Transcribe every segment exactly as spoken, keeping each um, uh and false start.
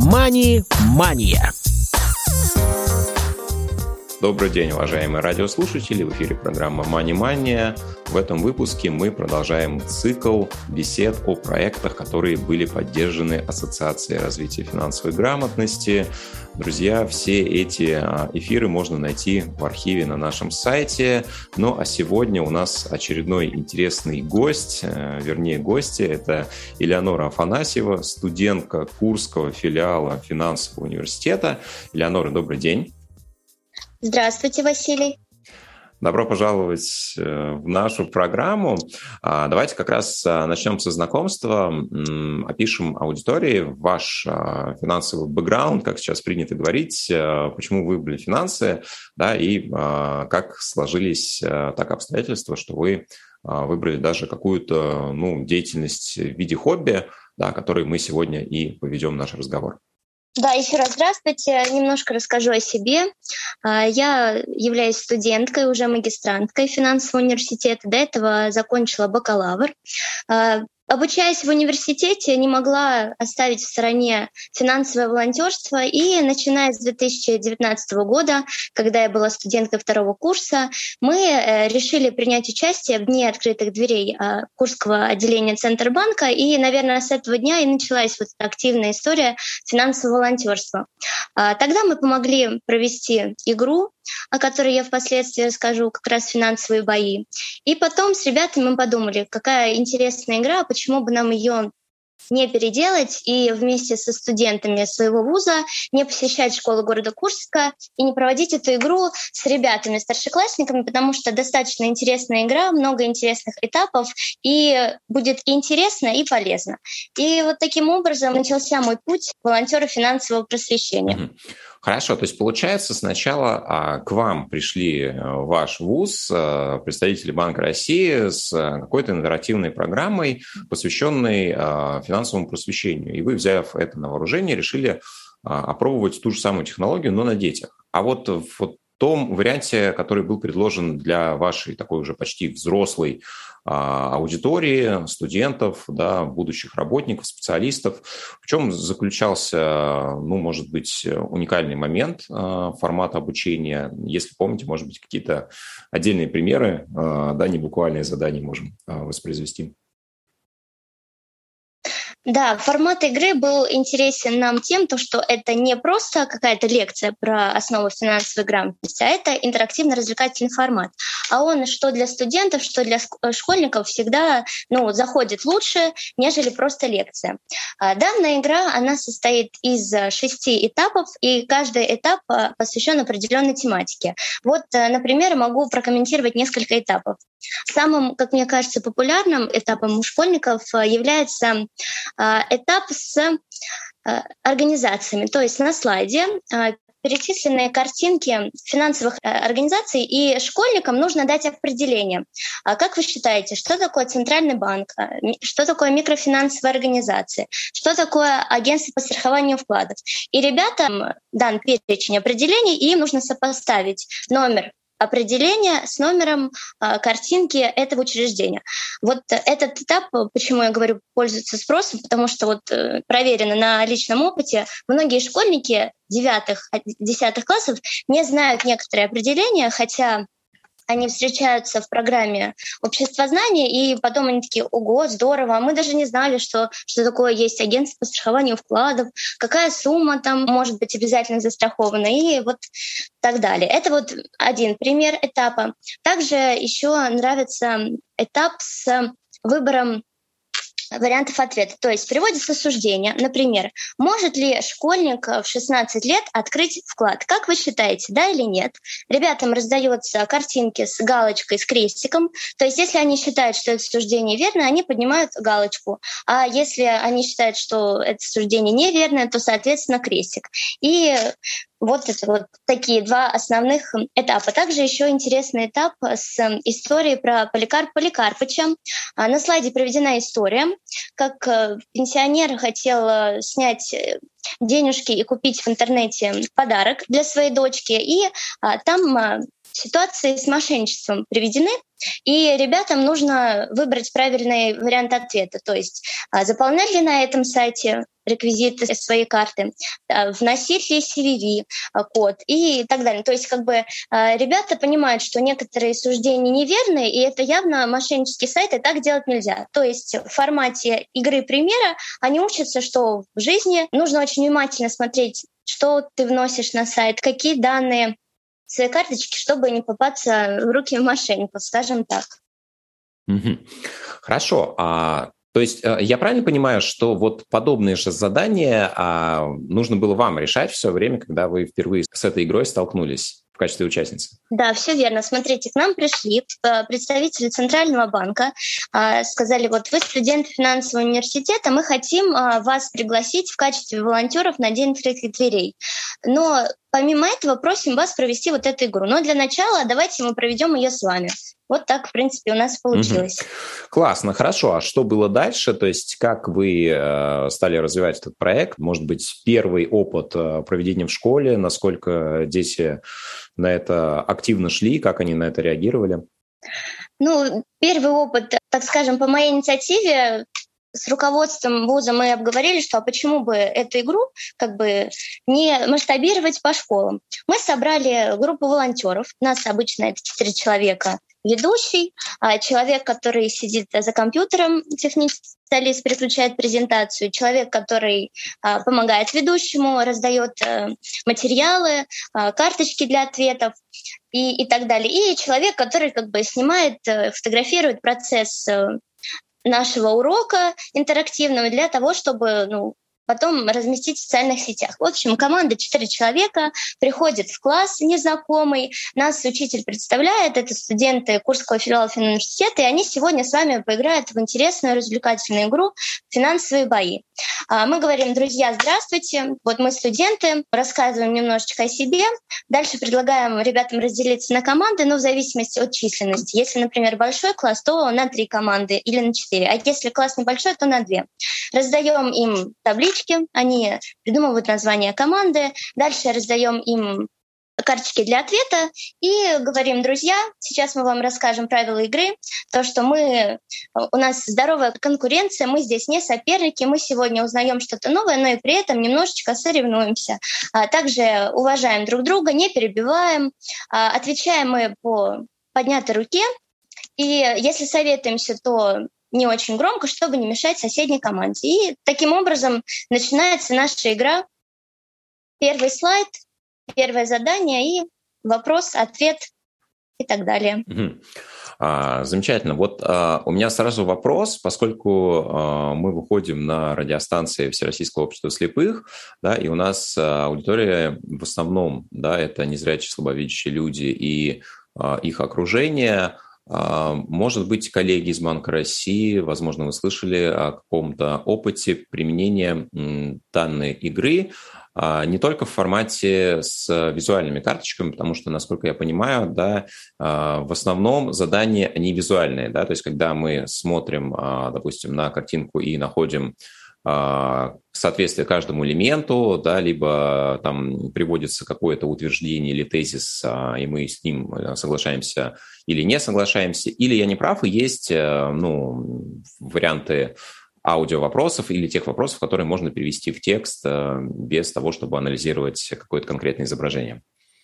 Мани-мания. Добрый день, уважаемые радиослушатели. В эфире программа «Мани-мания». В этом выпуске мы продолжаем цикл бесед о проектах, которые были поддержаны Ассоциацией развития финансовой грамотности. Друзья, все эти эфиры можно найти в архиве на нашем сайте. Ну а сегодня у нас очередной интересный гость, вернее гости. Это Элеонора Афанасьева, студентка Курского филиала финансового университета. Элеонора, добрый день. Здравствуйте, Василий. Добро пожаловать в нашу программу. Давайте как раз начнем со знакомства, опишем аудитории ваш финансовый бэкграунд, как сейчас принято говорить, почему вы выбрали финансы, да, и как сложились так обстоятельства, что вы выбрали даже какую-то ну, деятельность в виде хобби, да, о которой мы сегодня и поведем наш разговор. Да, еще раз здравствуйте. Немножко расскажу о себе. Я являюсь студенткой, уже магистранткой финансового университета. До этого закончила бакалавр. Обучаясь в университете, не могла оставить в стороне финансовое волонтерство, и начиная с две тысячи девятнадцатого года, когда я была студенткой второго курса, мы решили принять участие в Дне открытых дверей Курского отделения Центробанка, и, наверное, с этого дня и началась вот эта активная история финансового волонтерства. Тогда мы помогли провести игру, о которой я впоследствии расскажу, как раз финансовые бои. И потом с ребятами мы подумали, какая интересная игра, почему бы нам ее не переделать и вместе со студентами своего вуза не посещать школу города Курска и не проводить эту игру с ребятами, старшеклассниками, потому что достаточно интересная игра, много интересных этапов, и будет и интересно, и полезно. И вот таким образом начался мой путь волонтера финансового просвещения. Хорошо, то есть получается, сначала а, к вам пришли в ваш вуз а, представители Банка России с а, какой-то интерактивной программой, посвященной а, финансовому просвещению. И вы, взяв это на вооружение, решили а, опробовать ту же самую технологию, но на детях. А вот в вот том варианте, который был предложен для вашей такой уже почти взрослой а, аудитории, студентов, да, будущих работников, специалистов, в чем заключался, ну, может быть, уникальный момент а, формата обучения? Если помните, может быть, какие-то отдельные примеры, а, да, не буквальные задания можем а, воспроизвести. Да, формат игры был интересен нам тем, то, что это не просто какая-то лекция про основы финансовой грамотности, а это интерактивно-развлекательный формат. А он что для студентов, что для школьников всегда ну, заходит лучше, нежели просто лекция. Данная игра, она состоит из шести этапов, и каждый этап посвящен определенной тематике. Вот, например, могу прокомментировать несколько этапов. Самым, как мне кажется, популярным этапом у школьников является этап с организациями. То есть на слайде перечисленные картинки финансовых организаций, и школьникам нужно дать определение. Как вы считаете, что такое Центральный банк, что такое микрофинансовая организация, что такое агентство по страхованию вкладов? И ребятам дан перечень определений, и им нужно сопоставить номер определение с номером э, картинки этого учреждения. Вот этот этап, почему я говорю, пользуется спросом, потому что вот э, проверено на личном опыте, многие школьники девятых, десятых классов не знают некоторые определения, хотя они встречаются в программе обществознания, и потом они такие: ого, здорово, а мы даже не знали, что, что такое есть агентство по страхованию вкладов, какая сумма там может быть обязательно застрахована, и вот так далее. Это вот один пример этапа. Также еще нравится этап с выбором вариантов ответа. То есть приводится суждение. Например, может ли школьник в шестнадцать лет открыть вклад? Как вы считаете, да или нет? Ребятам раздаются картинки с галочкой, с крестиком. То есть если они считают, что это суждение верно, они поднимают галочку. А если они считают, что это суждение неверное, то, соответственно, крестик. И вот это вот такие два основных этапа. Также еще интересный этап с историей про Поликарпа Поликарпыча. На слайде приведена история, как пенсионер хотел снять денежки и купить в интернете подарок для своей дочки, и там ситуации с мошенничеством приведены, и ребятам нужно выбрать правильный вариант ответа. То есть заполнять ли на этом сайте реквизиты своей карты, вносить ли си ви ви-код и так далее. То есть как бы ребята понимают, что некоторые суждения неверные, и это явно мошеннический сайт, и так делать нельзя. То есть в формате игры примера они учатся, что в жизни нужно очень внимательно смотреть, что ты вносишь на сайт, какие данные своей карточки, чтобы не попасться в руки мошенников, скажем так. Угу. Хорошо. А, то есть я правильно понимаю, что вот подобные же задания а, нужно было вам решать все время, когда вы впервые с этой игрой столкнулись в качестве участницы? Да, все верно. Смотрите, к нам пришли представители Центрального банка, сказали, вот вы студент финансового университета, мы хотим вас пригласить в качестве волонтеров на День открытых дверей. Но помимо этого просим вас провести вот эту игру. Но для начала давайте мы проведем ее с вами. Вот так, в принципе, у нас получилось. Угу. Классно, хорошо. А что было дальше? То есть как вы э, стали развивать этот проект? Может быть, первый опыт э, проведения в школе, насколько дети на это активно шли, как они на это реагировали? Ну, первый опыт, так скажем, по моей инициативе, с руководством вуза мы обговорили, что а почему бы эту игру как бы не масштабировать по школам. Мы собрали группу волонтеров, у нас обычно это четыре человека, ведущий, человек, который сидит за компьютером, технический специалист, переключает презентацию, человек, который помогает ведущему, раздает материалы, карточки для ответов и, и так далее. И человек, который как бы снимает, фотографирует процесс нашего урока интерактивного для того, чтобы ну, потом разместить в социальных сетях. В общем, команда четыре человека приходит в класс незнакомый, нас учитель представляет, это студенты Курского филиала финуниверситета, и они сегодня с вами поиграют в интересную развлекательную игру «Финансовые бои». Мы говорим: друзья, здравствуйте, вот мы студенты, рассказываем немножечко о себе, дальше предлагаем ребятам разделиться на команды, но в зависимости от численности. Если, например, большой класс, то на три команды или на четыре, а если класс небольшой, то на две. Раздаем им таблички, они придумывают название команды, дальше раздаем им карточки для ответа и говорим: друзья, сейчас мы вам расскажем правила игры, то, что мы, у нас здоровая конкуренция, мы здесь не соперники, мы сегодня узнаем что-то новое, но и при этом немножечко соревнуемся. А также уважаем друг друга, не перебиваем, а отвечаем мы по поднятой руке, и если советуемся, то не очень громко, чтобы не мешать соседней команде. И таким образом начинается наша игра. Первый слайд, первое задание и вопрос, ответ и так далее. Угу. А, замечательно. Вот а, у меня сразу вопрос, поскольку а, мы выходим на радиостанции Всероссийского общества слепых, да, и у нас а, аудитория в основном, да, это незрячие, слабовидящие люди и а, их окружение. Может быть, коллеги из Банка России, возможно, вы слышали о каком-то опыте применения данной игры не только в формате с визуальными карточками, потому что, насколько я понимаю, да, в основном задания, они визуальные, да, то есть когда мы смотрим, допустим, на картинку и находим соответствие каждому элементу, да, либо там приводится какое-то утверждение или тезис, и мы с ним соглашаемся или не соглашаемся, или я не прав, и есть ну, варианты аудиовопросов или тех вопросов, которые можно перевести в текст без того, чтобы анализировать какое-то конкретное изображение.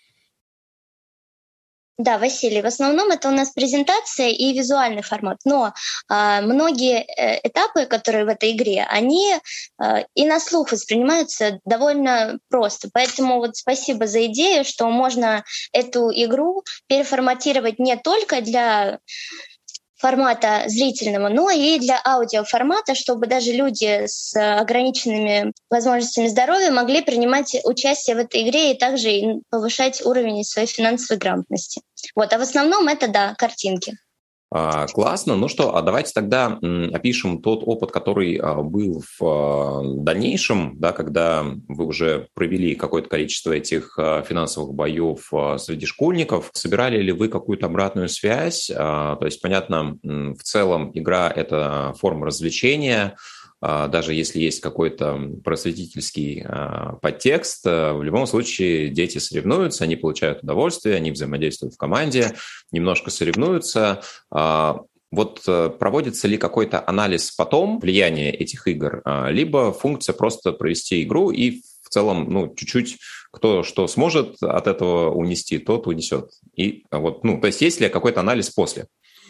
Да, Василий, в основном это у нас презентация и визуальный формат, но э, многие э, этапы, которые в этой игре, они э, и на слух воспринимаются довольно просто. Поэтому вот спасибо за идею, что можно эту игру переформатировать не только для формата зрительного, но и для аудиоформата, чтобы даже люди с ограниченными возможностями здоровья могли принимать участие в этой игре и также повышать уровень своей финансовой грамотности. Вот. А в основном это, да, картинки. А, классно. Ну что, а давайте тогда м, опишем тот опыт, который а, был в а, дальнейшем, да, когда вы уже провели какое-то количество этих а, финансовых боев а, среди школьников. Собирали ли вы какую-то обратную связь? А, то есть, понятно, м, в целом игра – это форма развлечения. Даже если есть какой-то просветительский подтекст, в любом случае дети соревнуются, они получают удовольствие, они взаимодействуют в команде, немножко соревнуются. Вот проводится ли какой-то анализ потом влияния этих игр, либо функция просто провести игру и в целом, ну, чуть-чуть кто что сможет от этого унести, тот унесет. И вот, ну, то есть есть ли какой-то анализ после?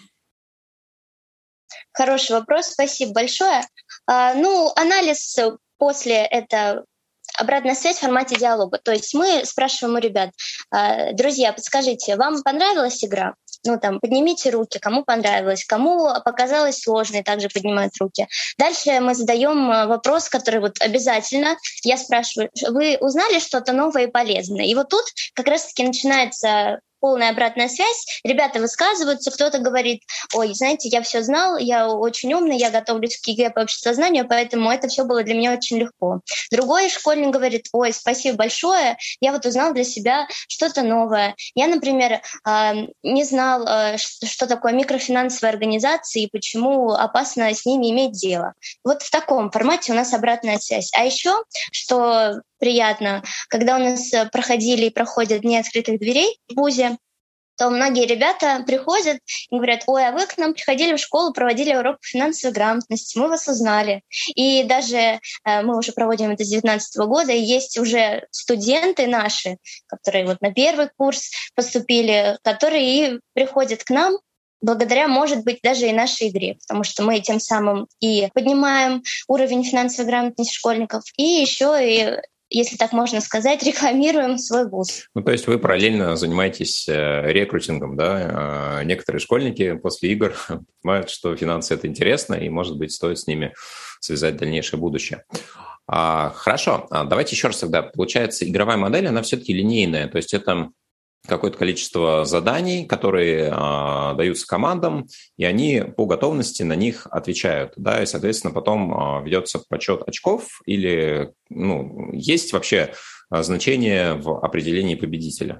Хороший вопрос, спасибо большое. А, ну, анализ после — это обратная связь в формате диалога. То есть мы спрашиваем у ребят: друзья, подскажите, вам понравилась игра? Ну, там, поднимите руки, кому понравилось, кому показалось сложной, также поднимают руки. Дальше мы задаем вопрос, который вот обязательно. Я спрашиваю: вы узнали что-то новое и полезное? И вот тут как раз-таки начинается полная обратная связь. Ребята высказываются, кто-то говорит: ой, знаете, я все знал, я очень умный, я готовлюсь к ЕГЭ по обществознанию, поэтому это все было для меня очень легко. Другой школьник говорит: ой, спасибо большое, я вот узнал для себя что-то новое. Я, например, не знал, что такое микрофинансовые организации и почему опасно с ними иметь дело. Вот в таком формате у нас обратная связь. А еще, что приятно, когда у нас проходили и проходят дни открытых дверей в вузе, то многие ребята приходят и говорят: ой, а вы к нам приходили в школу, проводили урок по финансовой грамотности, мы вас узнали. И даже э, мы уже проводим это с две тысячи девятнадцатого года, и есть уже студенты наши, которые вот на первый курс поступили, которые и приходят к нам благодаря, может быть, даже и нашей игре, потому что мы тем самым и поднимаем уровень финансовой грамотности школьников, и еще и, если так можно сказать, рекламируем свой вуз. Ну, то есть вы параллельно занимаетесь рекрутингом, да? Некоторые школьники после игр понимают, что финансы — это интересно, и, может быть, стоит с ними связать дальнейшее будущее. А, хорошо, давайте еще раз тогда. Получается, игровая модель, она все-таки линейная, то есть это какое-то количество заданий, которые а, даются командам, и они по готовности на них отвечают, да, и, соответственно, потом а, ведется подсчет очков, или, ну, есть вообще а, значение в определении победителя?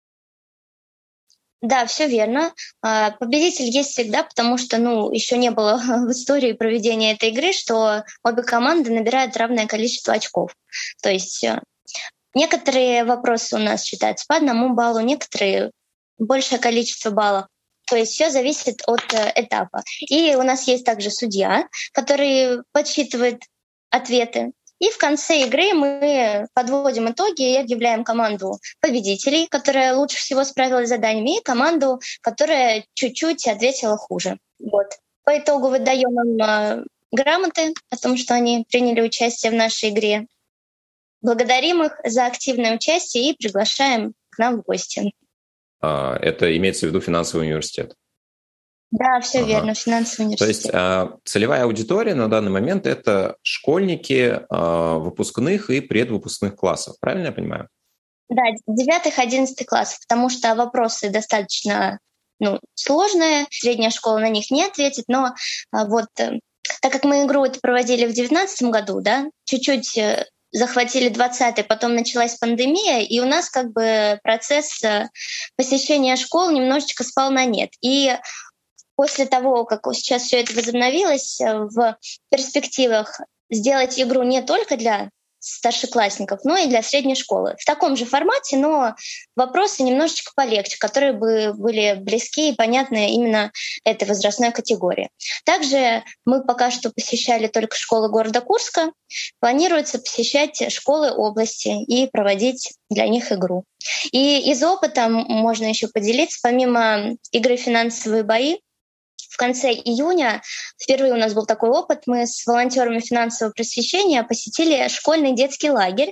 Да, все верно. Победитель есть всегда, потому что, ну, еще не было в истории проведения этой игры, что обе команды набирают равное количество очков. То есть некоторые вопросы у нас считаются по одному баллу, некоторые большее количество баллов. То есть все зависит от этапа. И у нас есть также судья, который подсчитывает ответы. И в конце игры мы подводим итоги и объявляем команду победителей, которая лучше всего справилась с заданиями, и команду, которая чуть-чуть ответила хуже. Вот. По итогу выдаем им грамоты о том, что они приняли участие в нашей игре. Благодарим их за активное участие и приглашаем к нам в гости. Это имеется в виду финансовый университет? Да, все ага. верно, финансовый университет. То есть целевая аудитория на данный момент — это школьники выпускных и предвыпускных классов, правильно я понимаю? Да, девятый-одиннадцатый класс, потому что вопросы достаточно ну, сложные, средняя школа на них не ответит, но вот так как мы игру это проводили в девятнадцатом году, да, чуть-чуть захватили двадцатый, потом началась пандемия, и у нас как бы процесс посещения школ немножечко спал на нет. И после того, как сейчас все это возобновилось, в перспективах сделать игру не только для старшеклассников, но и для средней школы. В таком же формате, но вопросы немножечко полегче, которые бы были близки и понятны именно этой возрастной категории. Также мы пока что посещали только школы города Курска. Планируется посещать школы области и проводить для них игру. И из опыта можно еще поделиться, помимо игры «Финансовые бои», в конце июня впервые у нас был такой опыт. Мы с волонтерами финансового просвещения посетили школьный детский лагерь,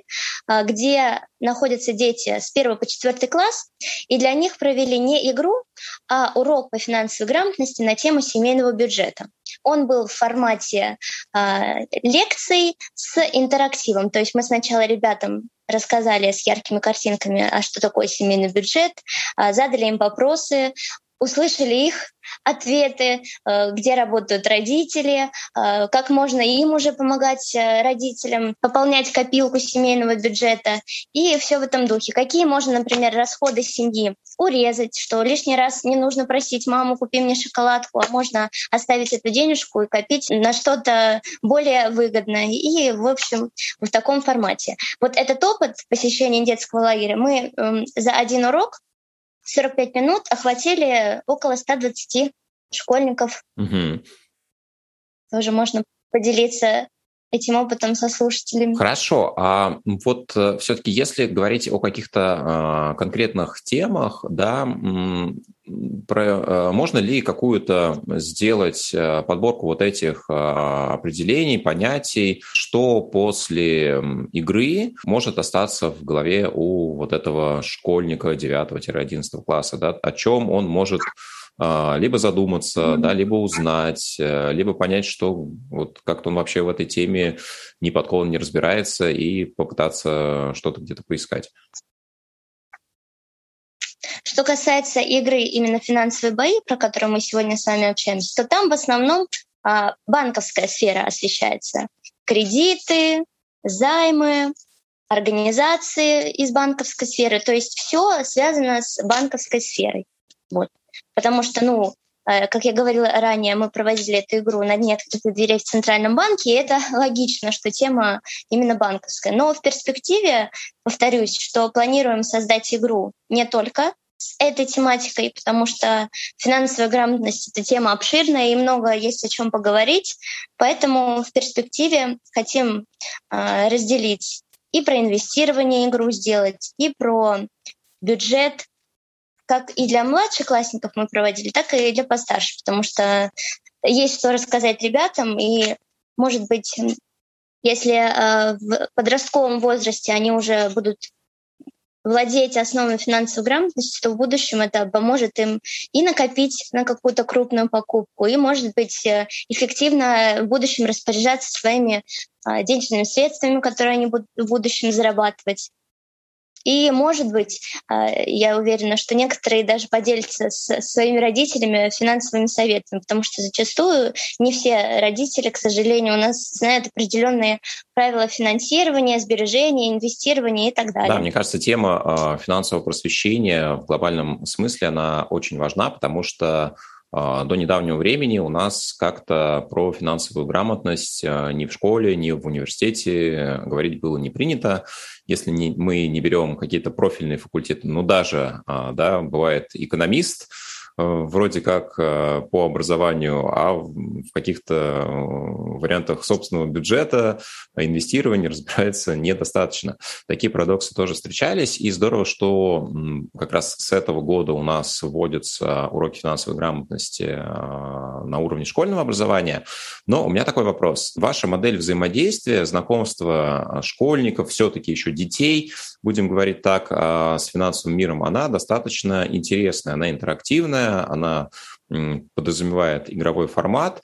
где находятся дети с первого по четвертый класс, и для них провели не игру, а урок по финансовой грамотности на тему семейного бюджета. Он был в формате э, лекций с интерактивом. То есть мы сначала ребятам рассказали с яркими картинками, а что такое семейный бюджет, э, задали им вопросы, услышали их ответы, где работают родители, как можно им уже помогать родителям пополнять копилку семейного бюджета и все в этом духе. Какие можно, например, расходы семьи урезать, что лишний раз не нужно просить маму, купи мне шоколадку, а можно оставить эту денежку и копить на что-то более выгодное. И, в общем, в таком формате. Вот этот опыт посещения детского лагеря мы за один урок сорок пять минут охватили около ста двадцати школьников. Угу. Тоже можно поделиться этим опытом со слушателями. Хорошо. А вот все-таки, если говорить о каких-то э, конкретных темах, да, про, э, можно ли какую-то сделать подборку вот этих э, определений, понятий, что после игры может остаться в голове у вот этого школьника девятого-одиннадцатого класса, да, о чем он может либо задуматься, mm-hmm. да, либо узнать, либо понять, что вот как-то он вообще в этой теме ни подкован не разбирается, и попытаться что-то где-то поискать. Что касается игры именно финансовые бои, про которые мы сегодня с вами общаемся, то там в основном а, банковская сфера освещается. Кредиты, займы, организации из банковской сферы. То есть все связано с банковской сферой. Вот. Потому что, ну, как я говорила ранее, мы проводили эту игру на дне открытых дверей в Центральном банке, и это логично, что тема именно банковская. Но в перспективе, повторюсь, что планируем создать игру не только с этой тематикой, потому что финансовая грамотность — это тема обширная, и много есть о чем поговорить. Поэтому в перспективе хотим э, разделить и про инвестирование игру сделать, и про бюджет, как и для младших классников мы проводили, так и для постарше, потому что есть что рассказать ребятам, и, может быть, если э, в подростковом возрасте они уже будут владеть основами финансовой грамотности, то в будущем это поможет им и накопить на какую-то крупную покупку, и, может быть, эффективно в будущем распоряжаться своими э, денежными средствами, которые они будут в будущем зарабатывать. И, может быть, я уверена, что некоторые даже поделятся с своими родителями финансовыми советами, потому что зачастую не все родители, к сожалению, у нас знают определенные правила финансирования, сбережения, инвестирования и так далее. Да, мне кажется, тема финансового просвещения в глобальном смысле, она очень важна, потому что до недавнего времени у нас как-то про финансовую грамотность ни в школе, ни в университете говорить было не принято. Если не, мы не берем какие-то профильные факультеты, ну даже, да, бывает экономист, вроде как по образованию, а в каких-то вариантах собственного бюджета, инвестирования разбирается недостаточно. Такие парадоксы тоже встречались, и здорово, что как раз с этого года у нас вводятся уроки финансовой грамотности на уровне школьного образования. Но у меня такой вопрос. Ваша модель взаимодействия, знакомства школьников, все-таки еще детей, будем говорить так, с финансовым миром, она достаточно интересная, она интерактивная, она подразумевает игровой формат.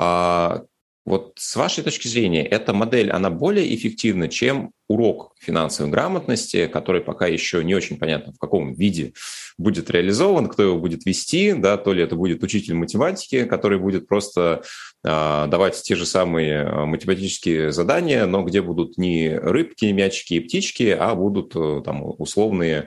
Вот с вашей точки зрения, эта модель, она более эффективна, чем урок финансовой грамотности, который пока еще не очень понятно, в каком виде будет реализован, кто его будет вести, да, то ли это будет учитель математики, который будет просто э, давать те же самые математические задания, но где будут не рыбки, мячики и птички, а будут э, там условные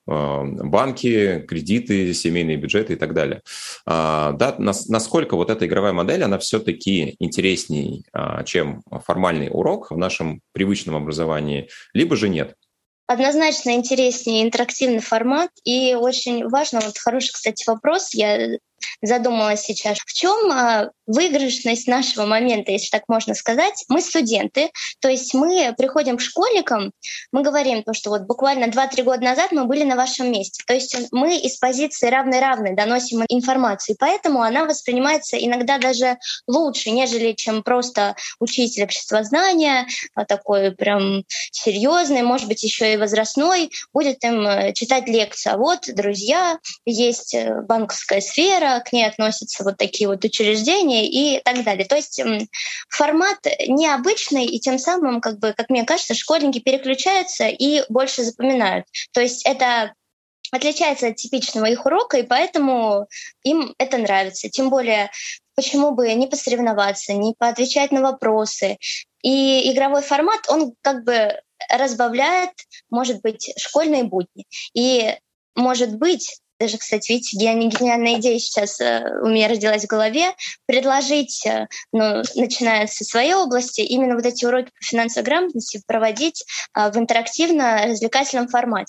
банки, кредиты, семейные бюджеты и так далее. Да, насколько вот эта игровая модель, она все-таки интересней, чем формальный урок в нашем привычном образовании, либо же нет? Однозначно интереснее интерактивный формат, и очень важно, вот хороший, кстати, вопрос, я задумалась сейчас, в чем а, выигрышность нашего момента, если так можно сказать. Мы студенты, то есть мы приходим к школьникам, мы говорим, то, что вот буквально два-три года назад мы были на вашем месте. То есть мы из позиции равной-равной доносим информацию, и поэтому она воспринимается иногда даже лучше, нежели чем просто учитель обществознания, а такой прям серьезный, может быть, еще и возрастной, будет им читать лекцию. А вот, друзья, есть банковская сфера, к ней относятся вот такие вот учреждения и так далее. То есть формат необычный, и тем самым, как бы, как мне кажется, школьники переключаются и больше запоминают. То есть это отличается от типичного их урока, и поэтому им это нравится. Тем более, почему бы не посоревноваться, не поотвечать на вопросы. И игровой формат, он как бы разбавляет, может быть, школьные будни. И, может быть, даже, кстати, видите, гениальная идея сейчас у меня родилась в голове, предложить, ну, начиная со своей области, именно вот эти уроки по финансовой грамотности проводить в интерактивно-развлекательном формате,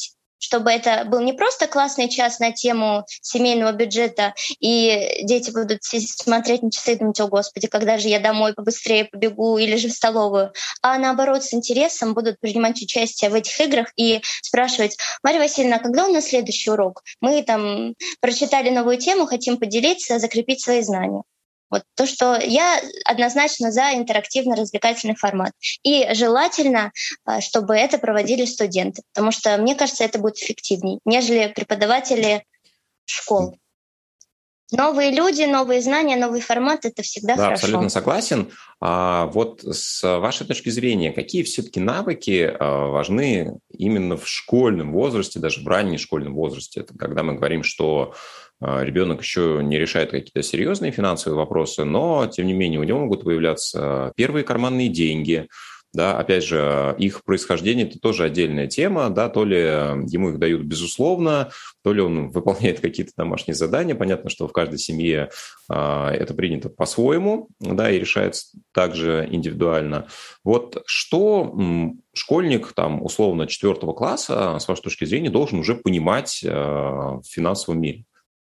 чтобы это был не просто классный час на тему семейного бюджета, и дети будут смотреть на часы и думать: «О, Господи, когда же я домой побыстрее побегу или же в столовую», а наоборот, с интересом будут принимать участие в этих играх и спрашивать: «Марья Васильевна, а когда у нас следующий урок? Мы там прочитали новую тему, хотим поделиться, закрепить свои знания». Вот то, что я однозначно за интерактивно-развлекательный формат. И желательно, чтобы это проводили студенты, потому что, мне кажется, это будет эффективнее, нежели преподаватели школ. Новые люди, новые знания, новый формат — это всегда да, хорошо. Абсолютно согласен. А вот с вашей точки зрения, какие все-таки навыки важны именно в школьном возрасте, даже в раннем школьном возрасте? Это когда мы говорим, что ребенок еще не решает какие-то серьезные финансовые вопросы, но, тем не менее, у него могут появляться первые карманные деньги. Да, опять же, их происхождение – это тоже отдельная тема, да, то ли ему их дают безусловно, то ли он выполняет какие-то домашние задания. Понятно, что в каждой семье а, это принято по-своему, да, и решается также индивидуально. Вот что м, школьник, там, условно, четвертого класса, с вашей точки зрения, должен уже понимать а, в финансовом мире?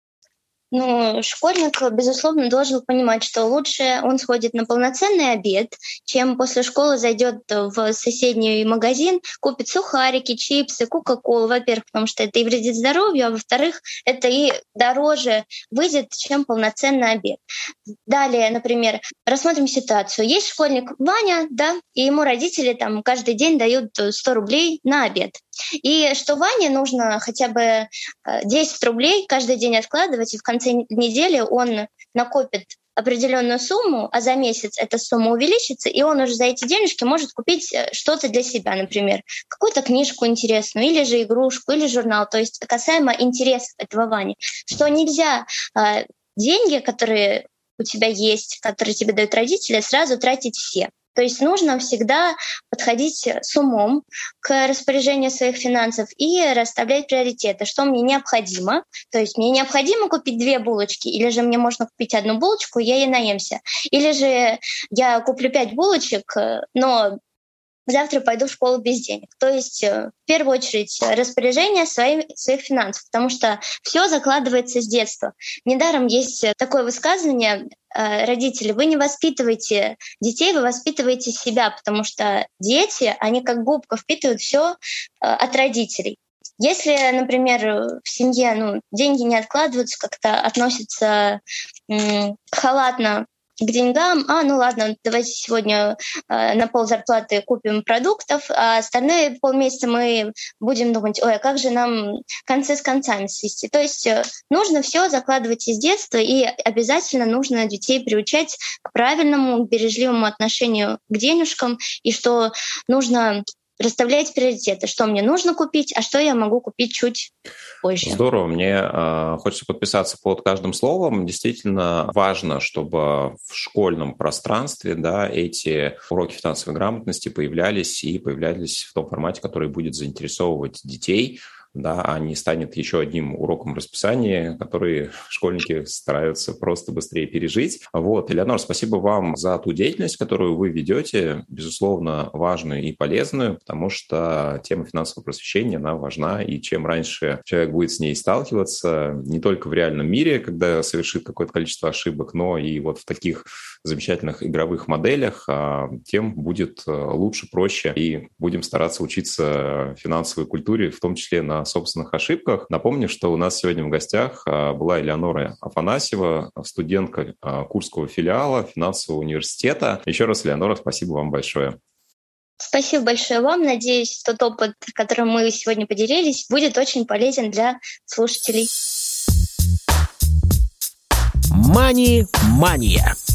Ну, школьник, безусловно, должен понимать, что лучше он сходит на полноценный обед, чем после школы зайдет в соседний магазин, купит сухарики, чипсы, кока-колу. Во-первых, потому что это и вредит здоровью, а во-вторых, это и дороже выйдет, чем полноценный обед. Далее, например, рассмотрим ситуацию. Есть школьник Ваня, да, и ему родители там каждый день дают сто рублей на обед. И что Ване нужно хотя бы десять рублей каждый день откладывать, и в конце недели он накопит определенную сумму, а за месяц эта сумма увеличится, и он уже за эти денежки может купить что-то для себя, например, какую-то книжку интересную, или же игрушку, или журнал. То есть касаемо интересов этого Вани, что нельзя э, деньги, которые у тебя есть, которые тебе дают родители, сразу тратить все. То есть нужно всегда подходить с умом к распоряжению своих финансов и расставлять приоритеты, что мне необходимо. То есть мне необходимо купить две булочки, или же мне можно купить одну булочку, и я ей наемся. Или же я куплю пять булочек, но завтра пойду в школу без денег. То есть в первую очередь распоряжение своих, своих финансов, потому что все закладывается с детства. Недаром есть такое высказывание: родители, вы не воспитываете детей, вы воспитываете себя, потому что дети, они как губка впитывают все от родителей. Если, например, в семье ну, деньги не откладываются, как-то относятся м- халатно к деньгам, а, ну ладно, давайте сегодня э, на пол зарплаты купим продуктов, а остальные полмесяца мы будем думать: ой, а как же нам концы с концами свести? То есть э, нужно все закладывать из детства, и обязательно нужно детей приучать к правильному, бережливому отношению к денежкам, и что нужно расставлять приоритеты, что мне нужно купить, а что я могу купить чуть позже. Здорово. Мне э, хочется подписаться под каждым словом. Действительно важно, чтобы в школьном пространстве, да, эти уроки финансовой грамотности появлялись и появлялись в том формате, который будет заинтересовывать детей, да, а не станет еще одним уроком расписания, который школьники стараются просто быстрее пережить. Вот, Элеонора, спасибо вам за ту деятельность, которую вы ведете, безусловно, важную и полезную, потому что тема финансового просвещения, она важна, и чем раньше человек будет с ней сталкиваться, не только в реальном мире, когда совершит какое-то количество ошибок, но и вот в таких замечательных игровых моделях, тем будет лучше, проще, и будем стараться учиться финансовой культуре, в том числе на собственных ошибках. Напомню, что у нас сегодня в гостях была Элеонора Афанасьева, студентка Курского филиала финансового университета. Еще раз, Элеонора, спасибо вам большое. Спасибо большое вам. Надеюсь, тот опыт, которым мы сегодня поделились, будет очень полезен для слушателей. Мани-мания.